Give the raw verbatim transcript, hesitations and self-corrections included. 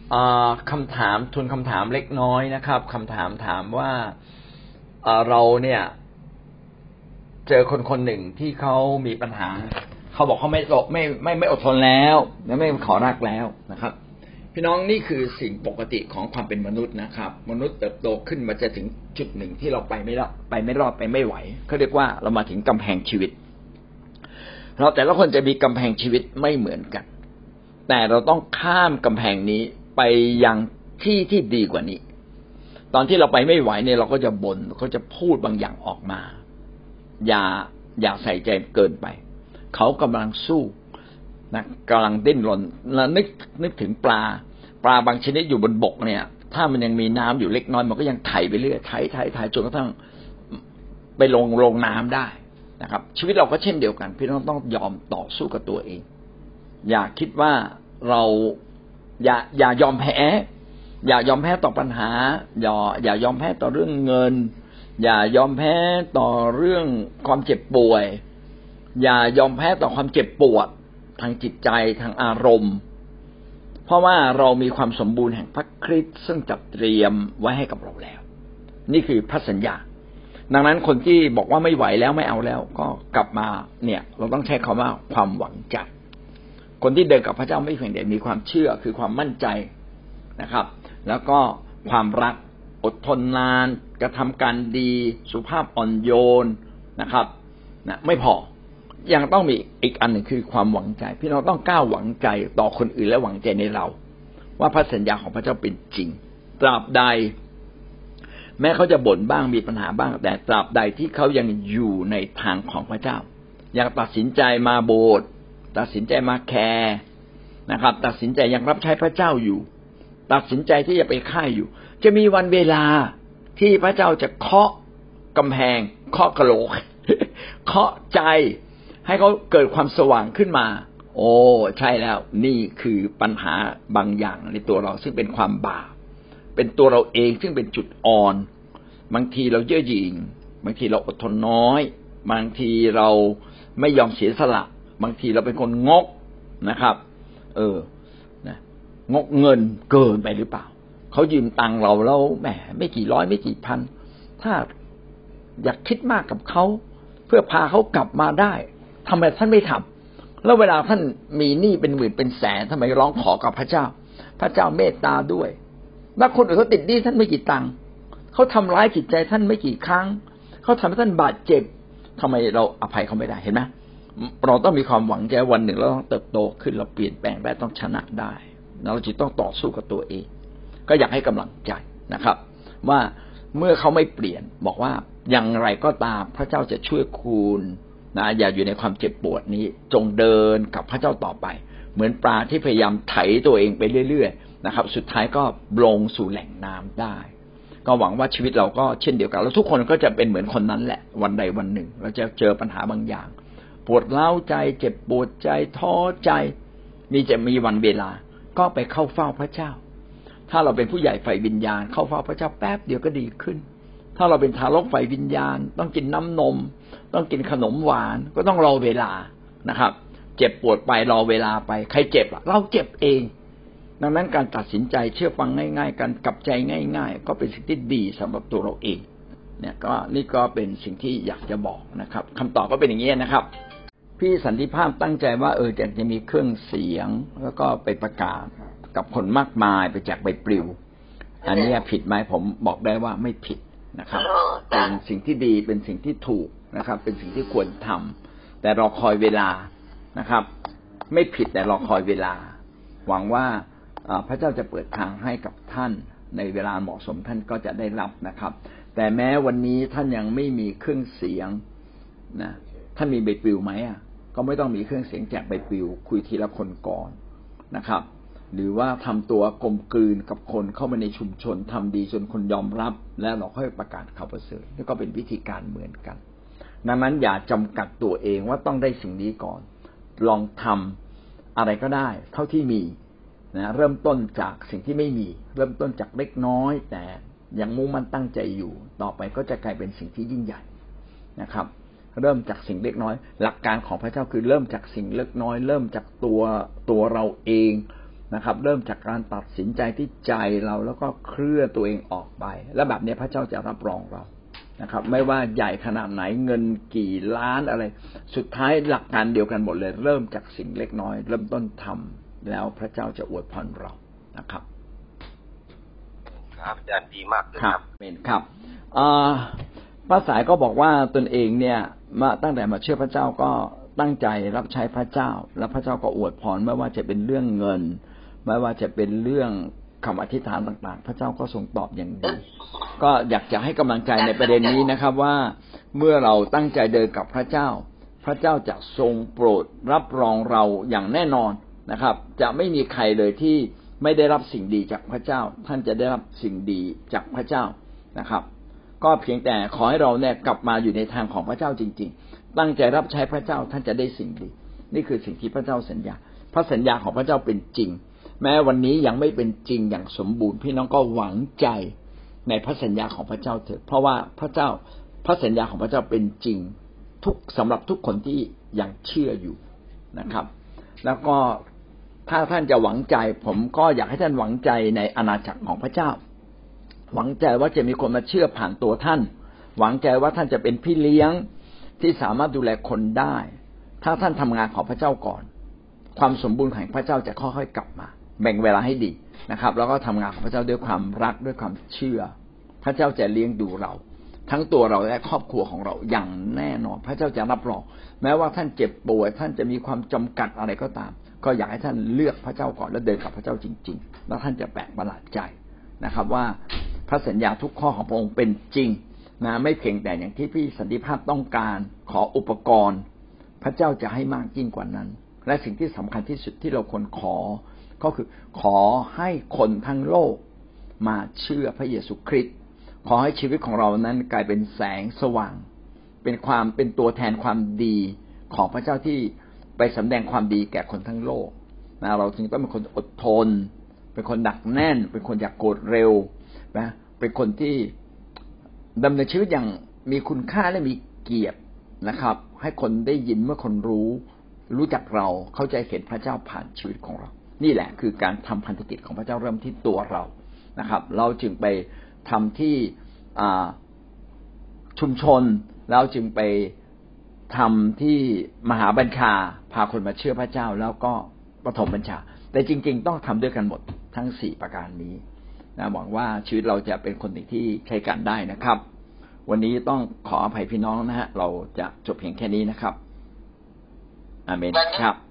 คำถามทุนคำถามเล็กน้อยนะครับคำถามถามว่าเราเนี่ยเจอคนคนหนึ่งที่เขามีปัญหาเขาบอกเขาไม่ไม่ไม่ไม่อดทนแล้วและไม่ขอรักแล้วนะครับพี่น้องนี่คือสิ่งปกติของความเป็นมนุษย์นะครับมนุษย์เติบโตขึ้นมาจะถึงจุดหนึ่งที่เราไปไม่รอดไปไม่รอดไปไม่ไหวเขาเรียกว่าเรามาถึงกำแพงชีวิตเราแต่ละคนจะมีกำแพงชีวิตไม่เหมือนกันแต่เราต้องข้ามกำแพงนี้ไปยังที่ที่ดีกว่านี้ตอนที่เราไปไม่ไหวเนี่ยเราก็จะบ่นก็จะพูดบางอย่างออกมาอย่าอย่าใส่ใจเกินไปเขากำลังสู้นะกำลังดิ้นรนแล้วนึกนึกถึงปลาปลาบางชนิดอยู่บนบกเนี่ยถ้ามันยังมีน้ำอยู่เล็กน้อยมันก็ยังไถไปเรื่อยไถไถไถจนกระทั่งไปลงลงน้ำได้นะครับชีวิตเราก็เช่นเดียวกันพี่น้องต้องยอมต่อสู้กับตัวเองอย่าคิดว่าเราอย่าอย่ายอมแพ้อย่ายอมแพ้ต่อปัญหาอย่าอย่ายอมแพ้ต่อเรื่องเงินอย่ายอมแพ้ต่อเรื่องความเจ็บป่วยอย่ายอมแพ้ต่อความเจ็บปวดทางจิตใจทางอารมณ์เพราะว่าเรามีความสมบูรณ์แห่งพระคริสต์ซึ่งจัดเตรียมไว้ให้กับเราแล้วนี่คือพระสัญญาดังนั้นคนที่บอกว่าไม่ไหวแล้วไม่เอาแล้วก็กลับมาเนี่ยเราต้องใช้คำว่าความหวังใจคนที่เดินกับพระเจ้าไม่เพียงแต่มีความเชื่อคือความมั่นใจนะครับแล้วก็ความรักอดทนนานกระทำการดีสุภาพอ่อนโยนนะครับนะไม่พอยังต้องมีอีกอันหนึ่งคือความหวังใจพี่น้องต้องกล้าหวังใจต่อคนอื่นและหวังใจในเราว่าพระสัญญาของพระเจ้าเป็นจริงตราบใดแม้เขาจะบ่นบ้างมีปัญหาบ้างแต่ตราบใดที่เขายังอยู่ในทางของพระเจ้ายังตัดสินใจมาโบสถ์ตัดสินใจมาแคร์นะครับตัดสินใจยังรับใช้พระเจ้าอยู่ตัดสินใจที่จะไปค่ายอยู่จะมีวันเวลาที่พระเจ้าจะเคาะกำแพงเคาะกะโหลกเคาะใจให้เขาเกิดความสว่างขึ้นมาโอ้ใช่แล้วนี่คือปัญหาบางอย่างในตัวเราซึ่งเป็นความบาปเป็นตัวเราเองซึ่งเป็นจุดอ่อนบางทีเราเย่อหยิ่งบางทีเราอดทนน้อยบางทีเราไม่ยอมเสียสละบางทีเราเป็นคนงกนะครับเออนะงกเงินเกินไปหรือเปล่าเขายืมตังค์เราแล้วแหมไม่กี่ร้อยไม่กี่พันถ้าอยากคิดมากกับเขาเพื่อพาเขากลับมาได้ทำไมท่านไม่ทำแล้วเวลาท่านมีหนี้เป็นหมื่นเป็นแสนทำไมร้องขอกับพระเจ้าพระเจ้าเมตตาด้วยแล้วคนอื่นเขาติดหนี้ท่านไม่กี่ตังค์เขาทำร้ายจิตใจท่านไม่กี่ครั้งเขาทำให้ท่านบาดเจ็บทำไมเราอภัยเขาไม่ได้เห็นไหมเราต้องมีความหวังใจวันหนึ่งเราต้องเติบโตขึ้นเราเปลี่ยนแปลงได้ต้องชนะได้เราจะต้องต่อสู้กับตัวเองก็อยากให้กำลังใจนะครับว่าเมื่อเขาไม่เปลี่ยนบอกว่าอย่างไรก็ตามพระเจ้าจะช่วยคุณนะอย่าอยู่ในความเจ็บปวดนี้จงเดินกับพระเจ้าต่อไปเหมือนปลาที่พยายามไถตัวเองไปเรื่อยๆนะครับสุดท้ายก็ลงสู่แหล่งน้ำได้ก็หวังว่าชีวิตเราก็เช่นเดียวกันแล้วทุกคนก็จะเป็นเหมือนคนนั้นแหละวันใดวันหนึ่งเราจะเจอปัญหาบางอย่างปวดร้าวใจเจ็บปวดใจท้อใจมีจะมีวันเวลาก็ไปเข้าเฝ้าพระเจ้าถ้าเราเป็นผู้ใหญ่ฝ่ายวิญญาณเข้าเฝ้าพระเจ้าแป๊บเดียวก็ดีขึ้นถ้าเราเป็นทารกฝ่ายวิญญาณต้องกินน้ำนมต้องกินขนมหวานก็ต้องรอเวลานะครับเจ็บปวดไปรอเวลาไปใครเจ็บเราเจ็บเองดังนั้นการตัดสินใจเชื่อฟังง่ายๆการกลับใจง่ายๆก็เป็นสิ่งที่ดีสำหรับตัวเราเองเนี่ยก็นี่ก็เป็นสิ่งที่อยากจะบอกนะครับคำตอบก็เป็นอย่างนี้นะครับพี่สันติภาพตั้งใจว่าเออจะจะมีเครื่องเสียงแล้วก็ไปประกาศกับคนมากมายไปแจกใบปลิวอันนี้ผิดไหมผมบอกได้ว่าไม่ผิดนะครับเป็นสิ่งที่ดีเป็นสิ่งที่ถูกนะครับเป็นสิ่งที่ควรทำแต่รอคอยเวลานะครับไม่ผิดแต่รอคอยเวลาหวังว่าพระเจ้าจะเปิดทางให้กับท่านในเวลาเหมาะสมท่านก็จะได้รับนะครับแต่แม้วันนี้ท่านยังไม่มีเครื่องเสียงนะท่านมีใบปลิวไหมอ่ะก็ไม่ต้องมีเครื่องเสียงแจกใบปลิวคุยทีละคนก่อนนะครับหรือว่าทำตัวกลมกลืนกับคนเข้ามาในชุมชนทำดีจนคนยอมรับแล้วเราค่อยประกาศข่าวประเสริฐนี่ก็เป็นวิธีการเหมือนกันดังนั้นอย่าจำกัดตัวเองว่าต้องได้สิ่งนี้ก่อนลองทำอะไรก็ได้เท่าที่มีนะเริ่มต้นจากสิ่งที่ไม่มีเริ่มต้นจากเล็กน้อยแต่ยังมุ่งมั่นตั้งใจอยู่ต่อไปก็จะกลายเป็นสิ่งที่ยิ่งใหญ่นะครับเริ่มจากสิ่งเล็กน้อยหลักการของพระเจ้าคือเริ่มจากสิ่งเล็กน้อยเริ่มจากตัวตัวเราเองนะครับ เริ่มจากการตัดสินใจที่ใจเราแล้วก็เคลื่อนตัวเองออกไปแล้วแบบนี้พระเจ้าจะรับรองเรานะครับไม่ว่าใหญ่ขนาดไหนเงินกี่ล้านอะไรสุดท้ายหลักการเดียวกันหมดเลยเริ่มจากสิ่งเล็กน้อยเริ่มต้นทำแล้วพระเจ้าจะอวยพรเรานะครับครับอาจารย์ดีมากเลยครับเมนครับพระสายก็บอกว่าตนเองเนี่ยมาตั้งแต่มาเชื่อพระเจ้าก็ตั้งใจรับใช้พระเจ้าและพระเจ้าก็อวยพรไม่ว่าจะเป็นเรื่องเงินไม่ว่าจะเป็นเรื่องคำอธิษฐานต่างๆพระเจ้าก็ทรงตอบอย่างดีก็อยากจะให้กำลังใจในประเด็นนี้นะครับว่าเมื่อเราตั้งใจเดินกับพระเจ้าพระเจ้าจะทรงโปรดรับรองเราอย่างแน่นอนนะครับจะไม่มีใครเลยที่ไม่ได้รับสิ่งดีจากพระเจ้าท่านจะได้รับสิ่งดีจากพระเจ้านะครับก็เพียงแต่ขอให้เราเนี่ยกลับมาอยู่ในทางของพระเจ้าจริงๆตั้งใจรับใช้พระเจ้าท่านจะได้สิ่งดีนี่คือสิ่งที่พระเจ้าสัญญาพระสัญญาของพระเจ้าเป็นจริงแม้วันนี้ยังไม่เป็นจริงอย่างสมบูรณ์พี่น้องก็หวังใจในพระสัญญาของพระเจ้าเถิดเพราะว่าพระเจ้าพระสัญญาของพระเจ้าเป็นจริงทุกสำหรับทุกคนที่ยังเชื่ออยู่นะครับแล้วก็ถ้าท่านจะหวังใจผมก็อยากให้ท่านหวังใจในอาณาจักรของพระเจ้าหวังใจว่าจะมีคนมาเชื่อผ่านตัวท่านหวังใจว่าท่านจะเป็นพี่เลี้ยงที่สามารถดูแลคนได้ถ้าท่านทำงานของพระเจ้าก่อนความสมบูรณ์ของพระเจ้าจะค่อยๆกลับมาแบ่งเวลาให้ดีนะครับแล้วก็ทำงานของพระเจ้าด้วยความรักด้วยความเชื่อพระเจ้าจะเลี้ยงดูเราทั้งตัวเราและครอบครัวของเราอย่างแน่นอนพระเจ้าจะรับรองแม้ว่าท่านเจ็บป่วยท่านจะมีความจำกัดอะไรก็ตามก็อยากให้ท่านเลือกพระเจ้าก่อนแล้วเดินกับพระเจ้าจริงๆแล้วท่านจะแปลกประหลาดใจนะครับว่าพระสัญญาทุกข้อของพระองค์เป็นจริงนะไม่เพียงแต่อย่างที่พี่สันติภาพต้องการขออุปกรณ์พระเจ้าจะให้มากยิ่งกว่านั้นและสิ่งที่สำคัญที่สุดที่เราควรขอก็คือขอให้คนทั้งโลกมาเชื่อพระเยซูคริสต์ขอให้ชีวิตของเรานั้นกลายเป็นแสงสว่างเป็นความเป็นตัวแทนความดีของพระเจ้าที่ไปสำแดงความดีแก่คนทั้งโลกนะเราจึงต้องเป็นคนอดทนเป็นคนหนักแน่นเป็นคนอยากโกรธเร็วนะเป็นคนที่ดำเนินชีวิตอย่างมีคุณค่าและมีเกียรตินะครับให้คนได้ยินเมื่อคนรู้รู้จักเราเข้าใจเห็นพระเจ้าผ่านชีวิตของเรานี่แหละคือการทำพันธกิจของพระเจ้าเริ่มที่ตัวเรานะครับเราจึงไปทำที่ชุมชนเราจึงไปทำที่มหาบัญชาพาคนมาเชื่อพระเจ้าแล้วก็ปฐมบัญชาแต่จริงๆต้องทำด้วยกันหมดทั้งสี่ประการนี้นะหวังว่าชีวิตเราจะเป็นคนที่ใช้การได้นะครับวันนี้ต้องขออภัยพี่น้องนะฮะเราจะจบเพียงแค่นี้นะครับอาเมนครับ